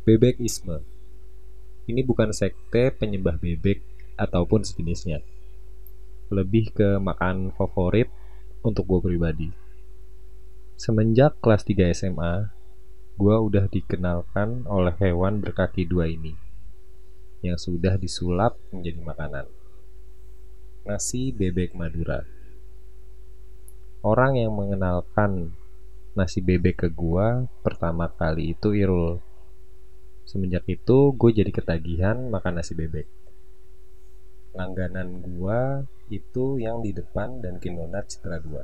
Bebekisme. Ini bukan sekte penyembah bebek ataupun sejenisnya. Lebih ke makan favorit untuk gue pribadi. Semenjak kelas 3 SMA, gue udah dikenalkan oleh hewan berkaki dua ini yang sudah disulap menjadi makanan. Nasi bebek Madura. Orang yang mengenalkan nasi bebek ke gue pertama kali itu Irul. Semenjak itu gue jadi ketagihan makan nasi bebek. Langganan gua itu yang di depan Dunkin Donat Citra 2.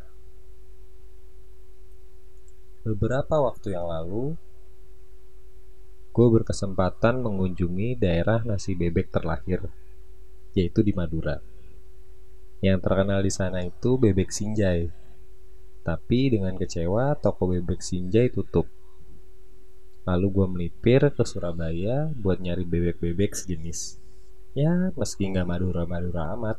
Beberapa waktu yang lalu, gue berkesempatan mengunjungi daerah nasi bebek terlahir, yaitu di Madura. Yang terkenal di sana itu bebek Sinjai. Tapi dengan kecewa, toko bebek Sinjai tutup. Lalu gue melipir ke Surabaya buat nyari bebek-bebek sejenis. Ya, meski nggak Madura-Madura amat.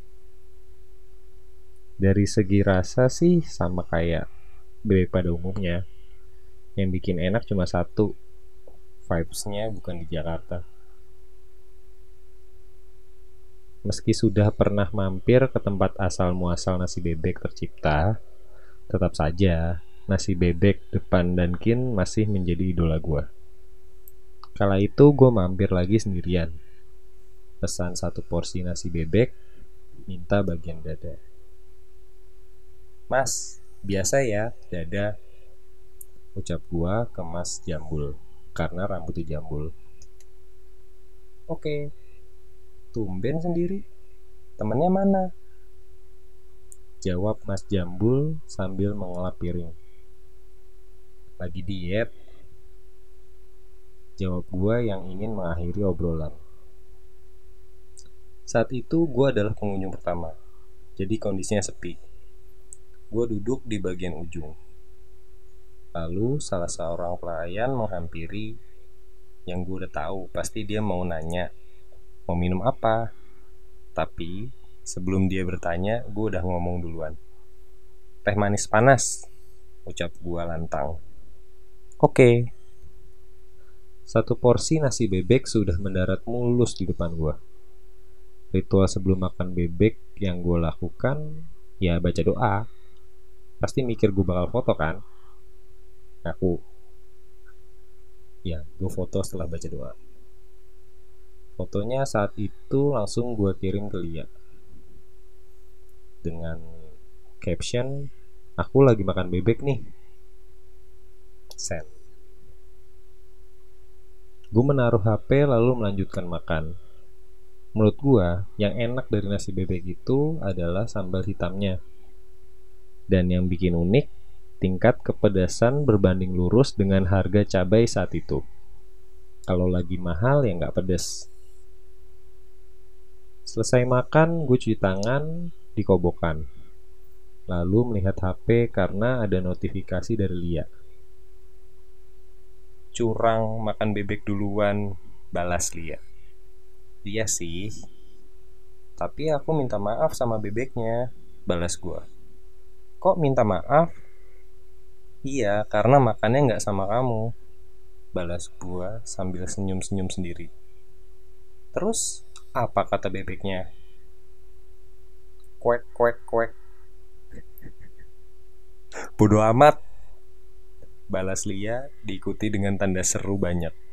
Dari segi rasa sih sama kayak bebek pada umumnya. Yang bikin enak cuma satu, vibes-nya bukan di Jakarta. Meski sudah pernah mampir ke tempat asal muasal nasi bebek tercipta, tetap saja nasi bebek depan Dunkin masih menjadi idola gue. Kala itu gue mampir lagi sendirian. Pesan satu porsi nasi bebek, minta bagian dada. Mas, biasa ya, dada, ucap gue ke Mas Jambul, karena rambutnya jambul. Oke, tumben sendiri. Temennya mana? Jawab Mas Jambul sambil mengelap piring. Lagi diet. Jawab gue yang ingin mengakhiri obrolan. Saat itu gue adalah pengunjung pertama. Jadi kondisinya sepi. Gue duduk di bagian ujung. Lalu salah seorang pelayan menghampiri yang gue udah tahu pasti dia mau nanya mau minum apa. Tapi sebelum dia bertanya, gue udah ngomong duluan. Teh manis panas, ucap gue lantang. Oke. Satu porsi nasi bebek sudah mendarat mulus di depan gue. Ritual sebelum makan bebek yang gue lakukan, ya baca doa. Pasti mikir gue bakal foto kan. Aku, ya gue foto setelah baca doa. Fotonya saat itu langsung gue kirim ke Lia dengan caption, aku lagi makan bebek nih. Send. Gue menaruh HP lalu melanjutkan makan. Menurut gue, yang enak dari nasi bebek itu adalah sambal hitamnya. Dan yang bikin unik, tingkat kepedasan berbanding lurus dengan harga cabai saat itu. Kalau lagi mahal ya nggak pedes. Selesai makan, gue cuci tangan di kobokan. Lalu melihat HP karena ada notifikasi dari Lia. Curang makan bebek duluan, balas Lia. Iya sih, tapi aku minta maaf sama bebeknya, balas gue. Kok minta maaf? Iya, karena makannya nggak sama kamu, balas gue sambil senyum-senyum sendiri. Terus, apa kata bebeknya? Kuek, kuek, kuek. Bodoh amat, balas Lia diikuti dengan tanda seru banyak.